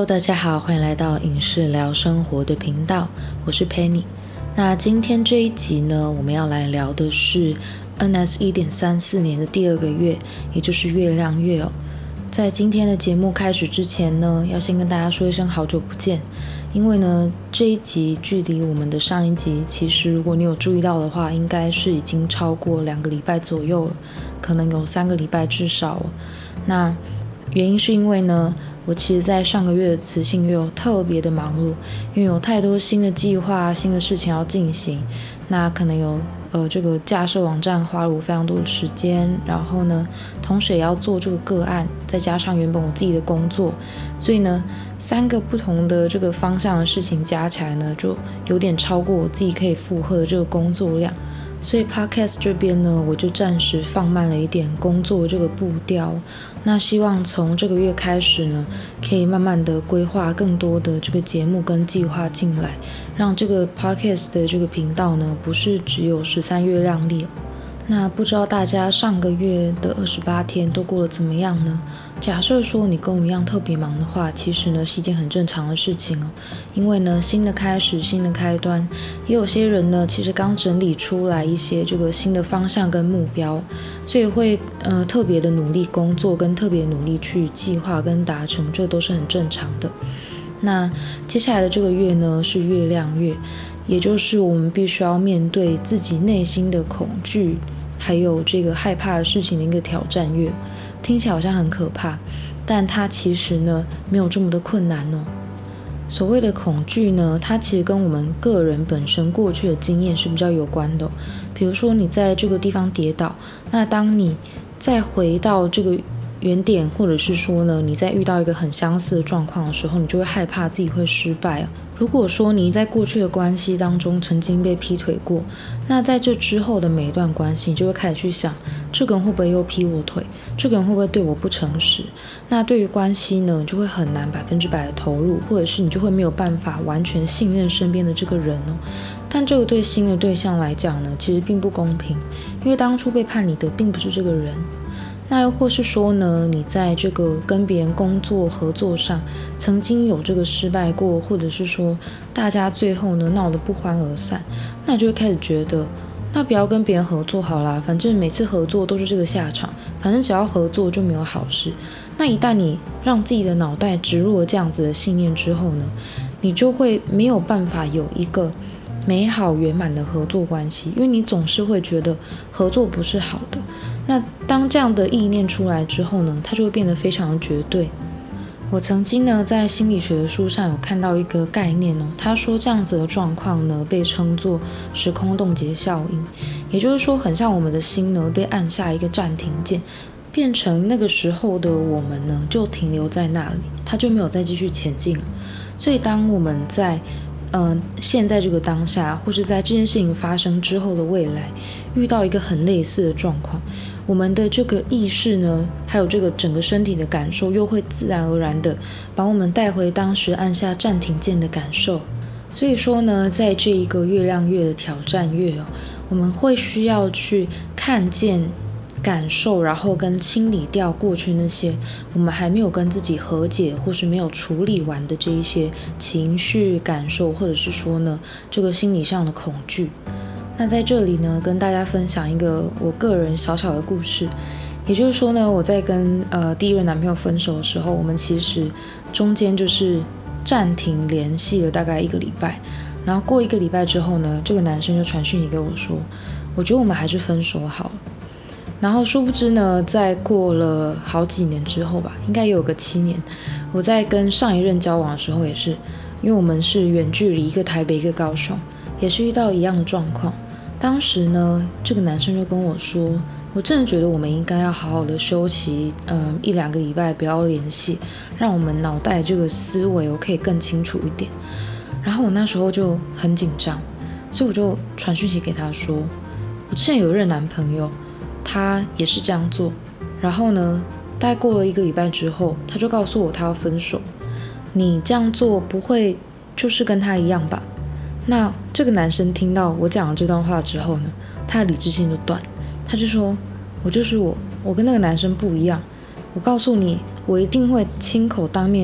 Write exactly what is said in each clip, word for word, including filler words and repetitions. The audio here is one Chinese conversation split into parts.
Hello， 大家好，欢迎来到影视聊生活的频道，我是 Penny。那今天这一集呢，我们要来聊的是 N S 一点三四 年的第二个月，也就是月亮月哦。在今天的节目开始之前呢，要先跟大家说一声好久不见，因为呢这一集距离我们的上一集，其实如果你有注意到的话，应该是已经超过两个礼拜左右了，可能有三个礼拜至少哦。那原因是因为呢，我其实在上个月的雌性月有特别的忙碌，因为有太多新的计划、新的事情要进行。那可能有呃这个架设网站花了我非常多的时间，然后呢，同时也要做这个个案，再加上原本我自己的工作，所以呢，三个不同的这个方向的事情加起来呢，就有点超过我自己可以负荷的这个工作量。所以 Podcast 这边呢，我就暂时放慢了一点工作这个步调。那希望从这个月开始呢，可以慢慢的规划更多的这个节目跟计划进来，让这个 Podcast 的这个频道呢，不是只有十三月亮丽。那不知道大家上个月的二十八天都过得怎么样呢？假设说你跟我一样特别忙的话，其实呢是一件很正常的事情哦。因为呢新的开始、新的开端，也有些人呢其实刚整理出来一些这个新的方向跟目标，所以会呃特别的努力工作，跟特别努力去计划跟达成，这都是很正常的。那接下来的这个月呢是月亮月，也就是我们必须要面对自己内心的恐惧，还有这个害怕的事情的一个挑战月。听起来好像很可怕，但它其实呢没有这么的困难哦。所谓的恐惧呢，它其实跟我们个人本身过去的经验是比较有关的哦。比如说你在这个地方跌倒，那当你再回到这个原点，或者是说呢你在遇到一个很相似的状况的时候，你就会害怕自己会失败哦。如果说你在过去的关系当中曾经被劈腿过，那在这之后的每一段关系，你就会开始去想，这个人会不会又劈我腿，这个人会不会对我不诚实。那对于关系呢，你就会很难百分之百的投入，或者是你就会没有办法完全信任身边的这个人哦。但这个对新的对象来讲呢，其实并不公平，因为当初背叛你的并不是这个人。那又或是说呢，你在这个跟别人工作合作上曾经有这个失败过，或者是说大家最后呢闹得不欢而散，那你就会开始觉得，那不要跟别人合作好啦，反正每次合作都是这个下场，反正只要合作就没有好事。那一旦你让自己的脑袋植入了这样子的信念之后呢，你就会没有办法有一个美好圆满的合作关系，因为你总是会觉得合作不是好的。那当这样的意念出来之后呢，它就会变得非常的绝对。我曾经呢在心理学的书上有看到一个概念哦，他说这样子的状况呢被称作时空冻结效应，也就是说很像我们的心呢被按下一个暂停键，变成那个时候的我们呢就停留在那里，它就没有再继续前进了。所以当我们在呃，现在这个当下，或是在这件事情发生之后的未来，遇到一个很类似的状况，我们的这个意识呢，还有这个整个身体的感受，又会自然而然的把我们带回当时按下暂停键的感受。所以说呢，在这一个月亮月的挑战月哦，我们会需要去看见、感受，然后跟清理掉过去那些我们还没有跟自己和解或是没有处理完的这一些情绪感受，或者是说呢这个心理上的恐惧。那在这里呢跟大家分享一个我个人小小的故事，也就是说呢我在跟呃第一任男朋友分手的时候，我们其实中间就是暂停联系了大概一个礼拜，然后过一个礼拜之后呢，这个男生就传讯息给我说，我觉得我们还是分手好了。然后殊不知呢，在过了好几年之后吧，应该也有个七年，我在跟上一任交往的时候也是，因为我们是远距离，一个台北一个高雄，也是遇到一样的状况。当时呢，这个男生就跟我说，我真的觉得我们应该要好好的休息，呃，一两个礼拜不要联系，让我们脑袋这个思维我可以更清楚一点。然后我那时候就很紧张，所以我就传讯息给他说，我之前有一任男朋友，他也是这样做，然后呢大概过了一个礼拜之后，他就告诉我他要分手。你这样做不会就是跟他一样吧？那这个男生听到我讲了这段话之后呢，他的理智性就断，他就说，我就是我，我跟那个男生不一样，我告诉你，我一定会亲口当面跟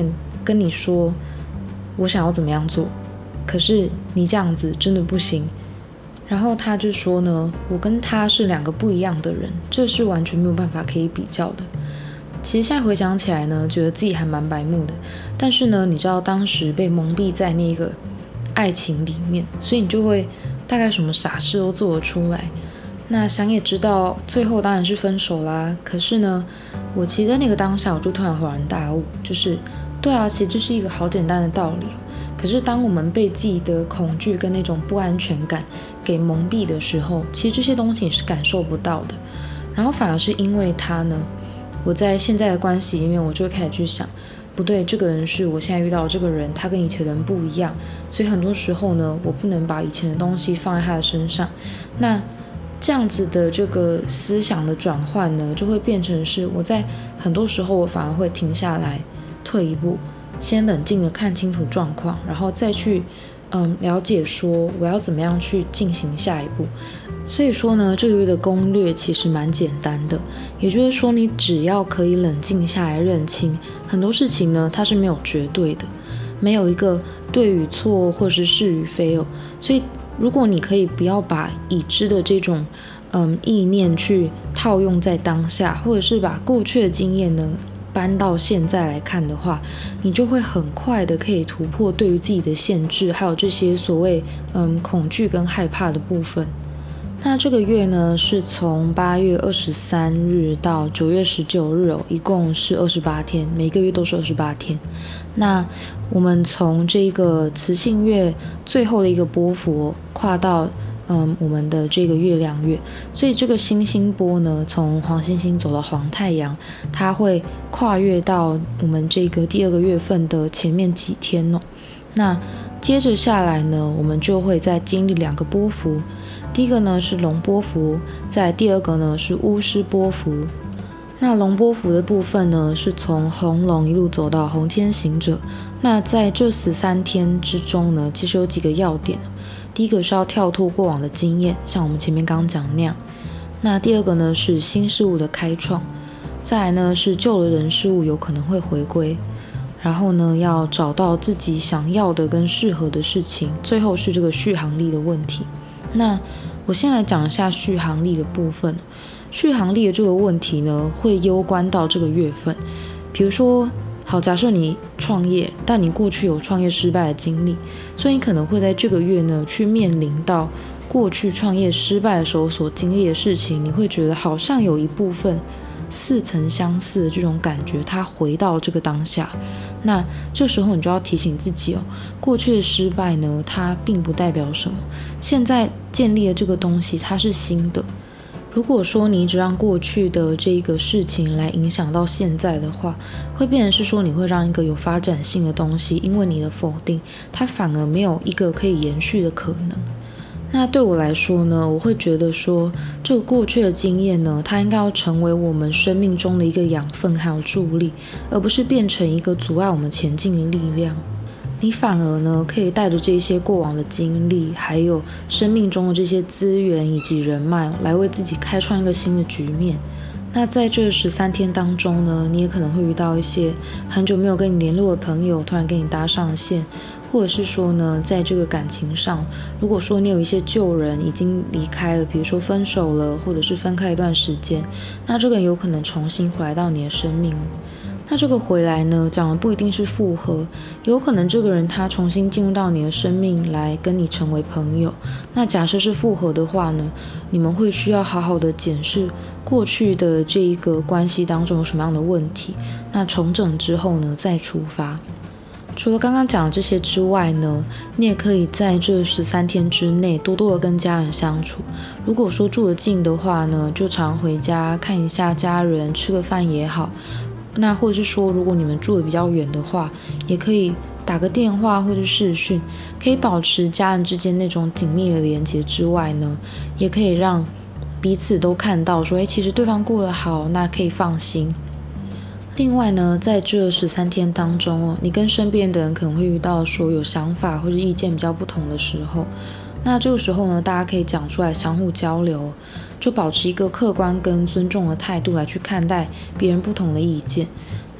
跟你说我想要怎么样做，可是你这样子真的不行。然后他就说呢，我跟他是两个不一样的人，这是完全没有办法可以比较的。其实现在回想起来呢，觉得自己还蛮白目的，但是呢，你知道当时被蒙蔽在那个爱情里面，所以你就会大概什么傻事都做得出来。那想也知道，最后当然是分手啦。可是呢，我其实在那个当下，我就突然恍然大悟，就是对啊，其实这是一个好简单的道理。可是当我们被自己的恐惧跟那种不安全感给蒙蔽的时候，其实这些东西你是感受不到的。然后反而是因为他呢，我在现在的关系里面，我就会开始去想，不对，这个人是我现在遇到的这个人，他跟以前的人不一样，所以很多时候呢，我不能把以前的东西放在他的身上。那这样子的这个思想的转换呢，就会变成是我在很多时候我反而会停下来，退一步，先冷静的看清楚状况，然后再去嗯了解说我要怎么样去进行下一步。所以说呢，这个月的攻略其实蛮简单的，也就是说你只要可以冷静下来认清很多事情呢，它是没有绝对的，没有一个对与错或是是与非哦。所以如果你可以不要把已知的这种嗯意念去套用在当下，或者是把过去的经验呢搬到现在来看的话，你就会很快的可以突破对于自己的限制，还有这些所谓嗯恐惧跟害怕的部分。那这个月呢，是从八月二十三日到九月十九日哦，一共是二十八天，每个月都是二十八天。那我们从这个磁性月最后的一个波幅、哦、跨到嗯我们的这个月亮月，所以这个星星波呢，从黄星星走到黄太阳，它会跨越到我们这个第二个月份的前面几天哦。那接着下来呢，我们就会再经历两个波幅。第一个呢是龙波符，再第二个呢是巫师波符。那龙波符的部分呢，是从红龙一路走到红天行者。那在这十三天之中呢，其实有几个要点。第一个是要跳脱过往的经验，像我们前面刚刚讲那样。那第二个呢是新事物的开创，再来呢是旧的人事物有可能会回归。然后呢，要找到自己想要的跟适合的事情。最后是这个续航力的问题。那我先来讲一下续航力的部分。续航力的这个问题呢，会攸关到这个月份。比如说，好，假设你创业，但你过去有创业失败的经历，所以你可能会在这个月呢，去面临到过去创业失败的时候所经历的事情，你会觉得好像有一部分似曾相似的这种感觉，它回到这个当下。那这时候你就要提醒自己哦，过去的失败呢，它并不代表什么。现在建立的这个东西，它是新的。如果说你只让过去的这个事情来影响到现在的话，会变成是说你会让一个有发展性的东西，因为你的否定，它反而没有一个可以延续的可能。那对我来说呢，我会觉得说，这个过去的经验呢，它应该要成为我们生命中的一个养分还有助力，而不是变成一个阻碍我们前进的力量。你反而呢，可以带着这些过往的经历，还有生命中的这些资源以及人脉，来为自己开创一个新的局面。那在这十三天当中呢，你也可能会遇到一些很久没有跟你联络的朋友，突然跟你搭上线。或者是说呢，在这个感情上，如果说你有一些旧人已经离开了，比如说分手了，或者是分开一段时间，那这个人有可能重新回来到你的生命。那这个回来呢，讲的不一定是复合，有可能这个人他重新进入到你的生命来跟你成为朋友。那假设是复合的话呢，你们会需要好好的检视过去的这一个关系当中有什么样的问题，那重整之后呢，再出发。除了刚刚讲的这些之外呢，你也可以在这十三天之内多多的跟家人相处。如果说住得近的话呢，就常回家看一下家人，吃个饭也好。那或者是说，如果你们住得比较远的话，也可以打个电话或者视讯，可以保持家人之间那种紧密的连结之外呢，也可以让彼此都看到说，诶，其实对方过得好，那可以放心。另外呢，在这十三天当中哦，你跟身边的人可能会遇到说有想法或者意见比较不同的时候，那这个时候呢，大家可以讲出来相互交流，就保持一个客观跟尊重的态度来去看待别人不同的意见。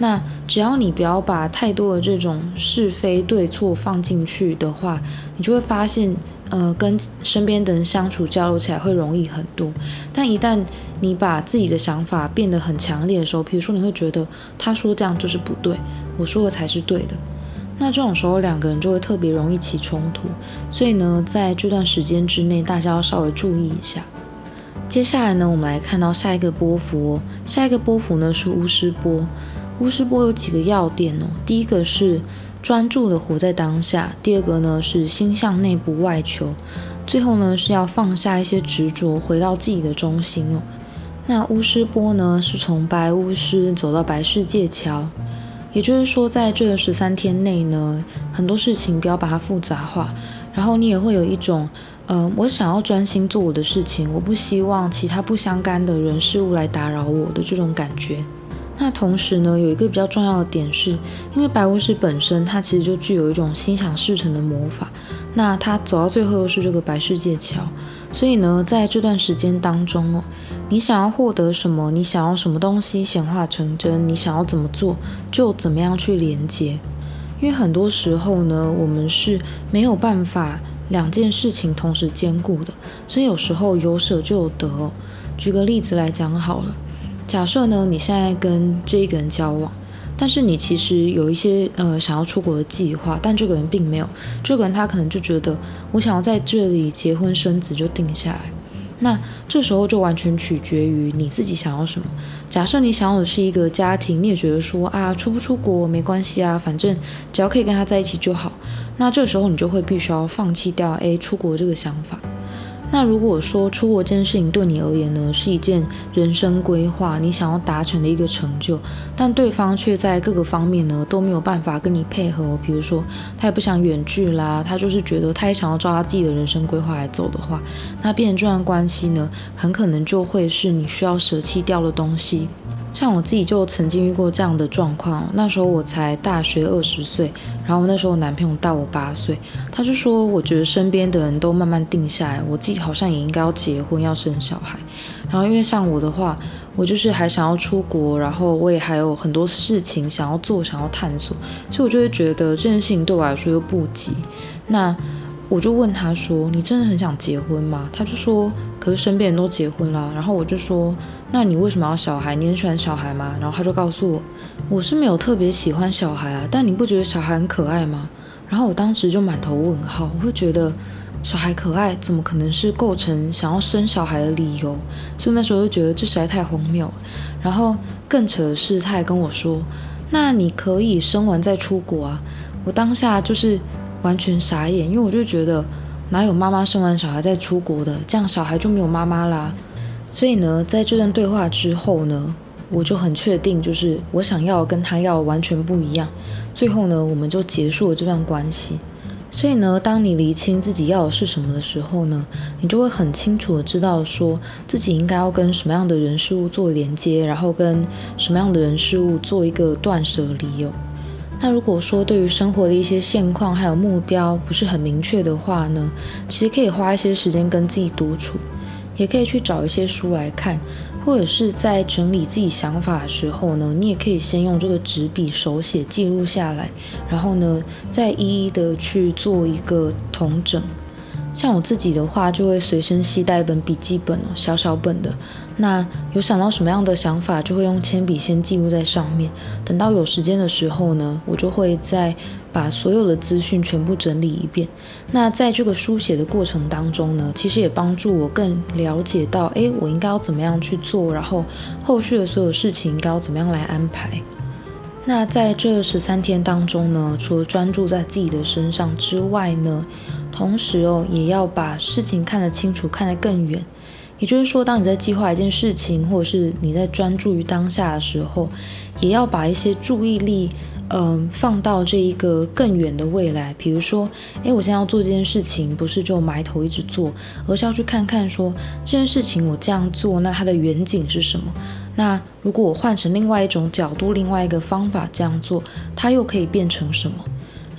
那只要你不要把太多的这种是非对错放进去的话，你就会发现呃，跟身边的人相处交流起来会容易很多。但一旦你把自己的想法变得很强烈的时候，比如说你会觉得他说这样就是不对，我说的才是对的，那这种时候两个人就会特别容易起冲突。所以呢，在这段时间之内，大家要稍微注意一下。接下来呢，我们来看到下一个波符哦。下一个波符呢是巫师波。巫师波有几个要点哦。第一个是专注的活在当下，第二个呢是心向内不外求，最后呢是要放下一些执着，回到自己的中心哦。那巫师波呢是从白巫师走到白世界桥，也就是说在这十三天内呢，很多事情不要把它复杂化，然后你也会有一种呃，我想要专心做我的事情，我不希望其他不相干的人事物来打扰我的这种感觉。那同时呢，有一个比较重要的点是，因为白巫师本身它其实就具有一种心想事成的魔法，那它走到最后又是这个白世界桥，所以呢，在这段时间当中哦，你想要获得什么，你想要什么东西显化成真，你想要怎么做，就怎么样去连接。因为很多时候呢，我们是没有办法两件事情同时兼顾的，所以有时候有舍就有得哦。举个例子来讲好了，假设呢你现在跟这一个人交往，但是你其实有一些呃想要出国的计划，但这个人并没有，这个人他可能就觉得我想要在这里结婚生子就定下来。那这时候就完全取决于你自己想要什么。假设你想要的是一个家庭，你也觉得说啊，出不出国没关系啊，反正只要可以跟他在一起就好。那这时候你就会必须要放弃掉诶出国这个想法。那如果说出国这件事情对你而言呢，是一件人生规划，你想要达成的一个成就，但对方却在各个方面呢都没有办法跟你配合，比如说他也不想远距啦，他就是觉得他也想要照他自己的人生规划来走的话，那变成这段关系呢，很可能就会是你需要舍弃掉的东西。像我自己就曾经遇过这样的状况，那时候我才大学二十岁，然后那时候我男朋友大我八岁，他就说我觉得身边的人都慢慢定下来，我自己好像也应该要结婚要生小孩。然后因为像我的话，我就是还想要出国，然后我也还有很多事情想要做想要探索，所以我就会觉得这件事情对我来说又不急。那我就问他说你真的很想结婚吗？他就说可是身边人都结婚啦。然后我就说那你为什么要小孩？你很喜欢小孩吗？然后他就告诉我我是没有特别喜欢小孩啊，但你不觉得小孩很可爱吗？然后我当时就满头问号，我会觉得小孩可爱怎么可能是构成想要生小孩的理由？所以那时候就觉得这实在太荒谬了。然后更扯的是他还跟我说那你可以生完再出国啊。我当下就是完全傻眼，因为我就觉得哪有妈妈生完小孩再出国的，这样小孩就没有妈妈啦。所以呢，在这段对话之后呢，我就很确定，就是我想要跟他要完全不一样。最后呢，我们就结束了这段关系。所以呢，当你厘清自己要的是什么的时候呢，你就会很清楚的知道说自己应该要跟什么样的人事物做连接，然后跟什么样的人事物做一个断舍离哦。那如果说对于生活的一些现况还有目标不是很明确的话呢，其实可以花一些时间跟自己独处，也可以去找一些书来看，或者是在整理自己想法的时候呢，你也可以先用这个纸笔手写记录下来，然后呢再一一的去做一个统整。像我自己的话，就会随身携带一本笔记本哦，小小本的。那有想到什么样的想法，就会用铅笔先记录在上面。等到有时间的时候呢，我就会再把所有的资讯全部整理一遍。那在这个书写的过程当中呢，其实也帮助我更了解到，诶，我应该要怎么样去做，然后后续的所有事情应该要怎么样来安排。那在这十三天当中呢，除了专注在自己的身上之外呢，同时哦，也要把事情看得清楚，看得更远。也就是说，当你在计划一件事情，或者是你在专注于当下的时候，也要把一些注意力嗯，放到这一个更远的未来。比如说诶，我现在要做这件事情，不是就埋头一直做，而是要去看看说这件事情我这样做，那它的远景是什么？那如果我换成另外一种角度，另外一个方法这样做，它又可以变成什么？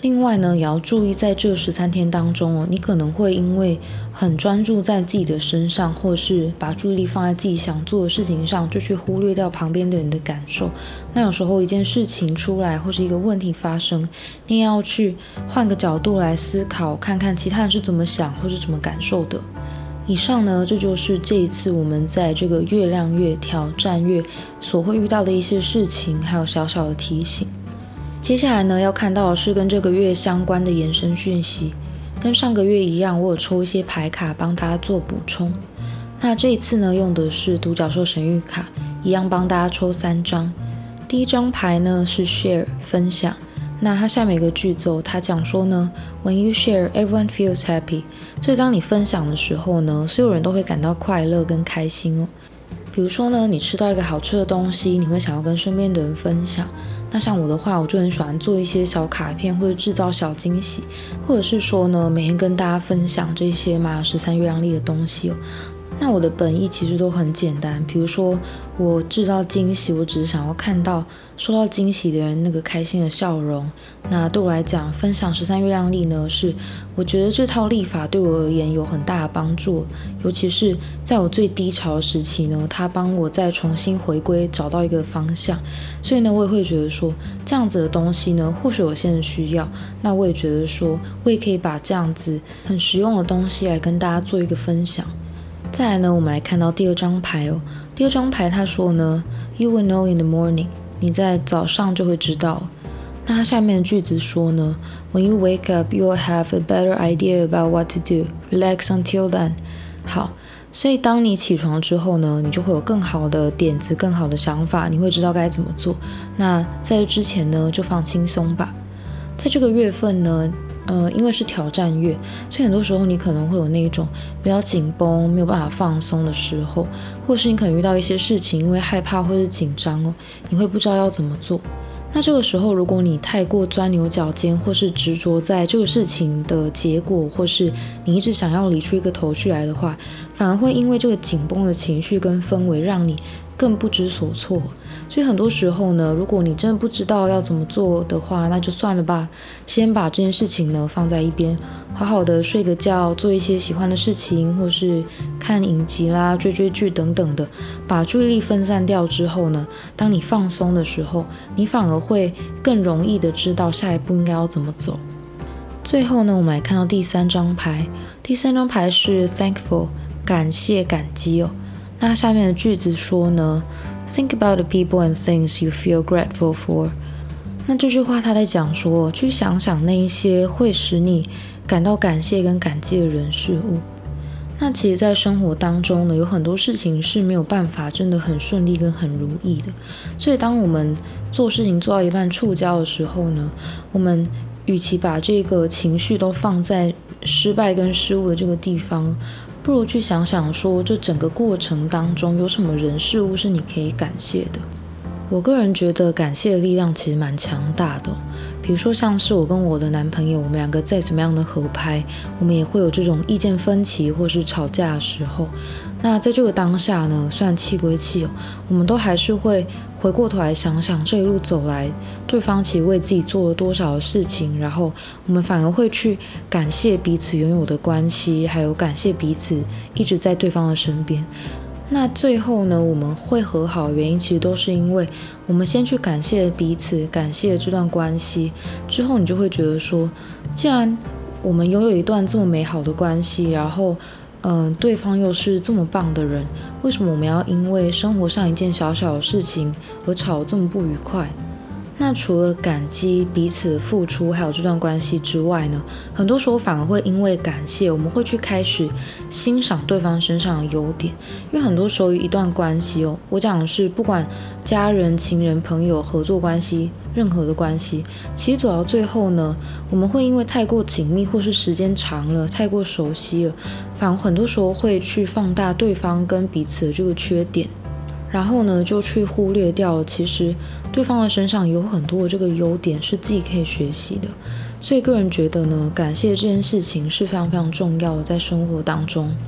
另外呢，也要注意在这十三天当中哦，你可能会因为很专注在自己的身上，或是把注意力放在自己想做的事情上，就去忽略掉旁边的人的感受。那有时候一件事情出来，或是一个问题发生，你也要去换个角度来思考，看看其他人是怎么想或是怎么感受的。以上呢，这就是这一次我们在这个月亮月挑战月所会遇到的一些事情，还有小小的提醒。接下来呢，要看到的是跟这个月相关的延伸讯息。跟上个月一样，我有抽一些牌卡帮大家做补充。那这一次呢，用的是独角兽神谕卡，一样帮大家抽三张。第一张牌呢是 share 分享，那它下面有一个句子，它讲说呢 When you share, everyone feels happy。 所以当你分享的时候呢，所有人都会感到快乐跟开心哦。比如说呢，你吃到一个好吃的东西，你会想要跟身边的人分享。那像我的话，我就很喜欢做一些小卡片，或者制造小惊喜，或者是说呢，每天跟大家分享这些玛雅十三月亮历的东西哦。那我的本意其实都很简单，比如说我制造惊喜，我只是想要看到收到惊喜的人那个开心的笑容。那对我来讲，分享十三月亮历呢，是我觉得这套历法对我而言有很大的帮助，尤其是在我最低潮的时期呢，它帮我再重新回归，找到一个方向。所以呢，我也会觉得说，这样子的东西呢，或许有些人需要，那我也觉得说，我也可以把这样子很实用的东西来跟大家做一个分享。再来呢，我们来看到第二张牌哦。第二张牌他说呢 You will know in the morning， 你在早上就会知道。那它下面的句子说呢 When you wake up, you will have a better idea about what to do. Relax until then。 好，所以当你起床之后呢，你就会有更好的点子，更好的想法，你会知道该怎么做。那在这之前呢，就放轻松吧。在这个月份呢，呃，因为是挑战月，所以很多时候你可能会有那种比较紧绷，没有办法放松的时候，或是你可能遇到一些事情，因为害怕或是紧张哦，你会不知道要怎么做。那这个时候，如果你太过钻牛角尖，或是执着在这个事情的结果，或是你一直想要理出一个头绪来的话，反而会因为这个紧绷的情绪跟氛围，让你更不知所措。所以很多时候呢，如果你真的不知道要怎么做的话，那就算了吧，先把这件事情呢放在一边，好好的睡个觉，做一些喜欢的事情，或是看影集啦、追追剧等等的，把注意力分散掉之后呢，当你放松的时候，你反而会更容易的知道下一步应该要怎么走。最后呢，我们来看到第三张牌，第三张牌是 thankful， 感谢、感激哦。那下面的句子说呢Think about the people and things you feel grateful for。 那这句话他在讲说，去想想那一些会使你感到感谢跟感激的人事物。那其实在生活当中呢，有很多事情是没有办法真的很顺利跟很如意的。所以当我们做事情做到一半触礁的时候呢，我们与其把这个情绪都放在失败跟失误的这个地方，不如去想想说，这整个过程当中有什么人事物是你可以感谢的。我个人觉得感谢的力量其实蛮强大的，比如说像是我跟我的男朋友，我们两个再怎么样的合拍，我们也会有这种意见分歧或是吵架的时候。那在这个当下呢，虽然气归气哦，我们都还是会回过头来想想这一路走来，对方其实为自己做了多少的事情，然后我们反而会去感谢彼此拥有的关系，还有感谢彼此一直在对方的身边。那最后呢，我们会和好的原因其实都是因为我们先去感谢彼此，感谢这段关系之后，你就会觉得说，既然我们拥有一段这么美好的关系，然后嗯、呃，对方又是这么棒的人，为什么我们要因为生活上一件小小的事情而吵这么不愉快？那除了感激彼此的付出还有这段关系之外呢，很多时候反而会因为感谢，我们会去开始欣赏对方身上的优点。因为很多时候一段关系哦，我讲的是不管家人、情人、朋友、合作关系，任何的关系，其实走到最后呢，我们会因为太过紧密或是时间长了，太过熟悉了，反而很多时候会去放大对方跟彼此的这个缺点，然后呢就去忽略掉其实对方的身上有很多的这个优点是自己可以学习的。所以个人觉得呢，感谢这件事情是非常非常重要的，在生活当中。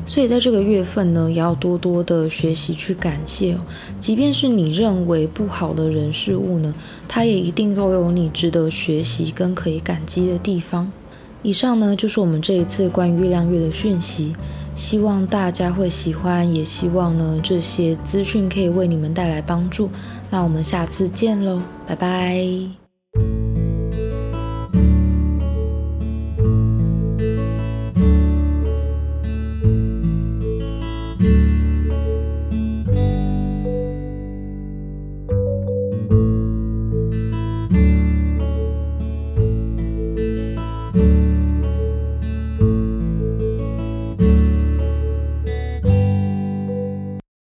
所以在这个月份呢，也要多多的学习去感谢哦。即便是你认为不好的人事物呢，它也一定都有你值得学习跟可以感激的地方。以上呢就是我们这一次关于月亮月的讯息，希望大家会喜欢，也希望呢这些资讯可以为你们带来帮助。那我们下次见喽，拜拜。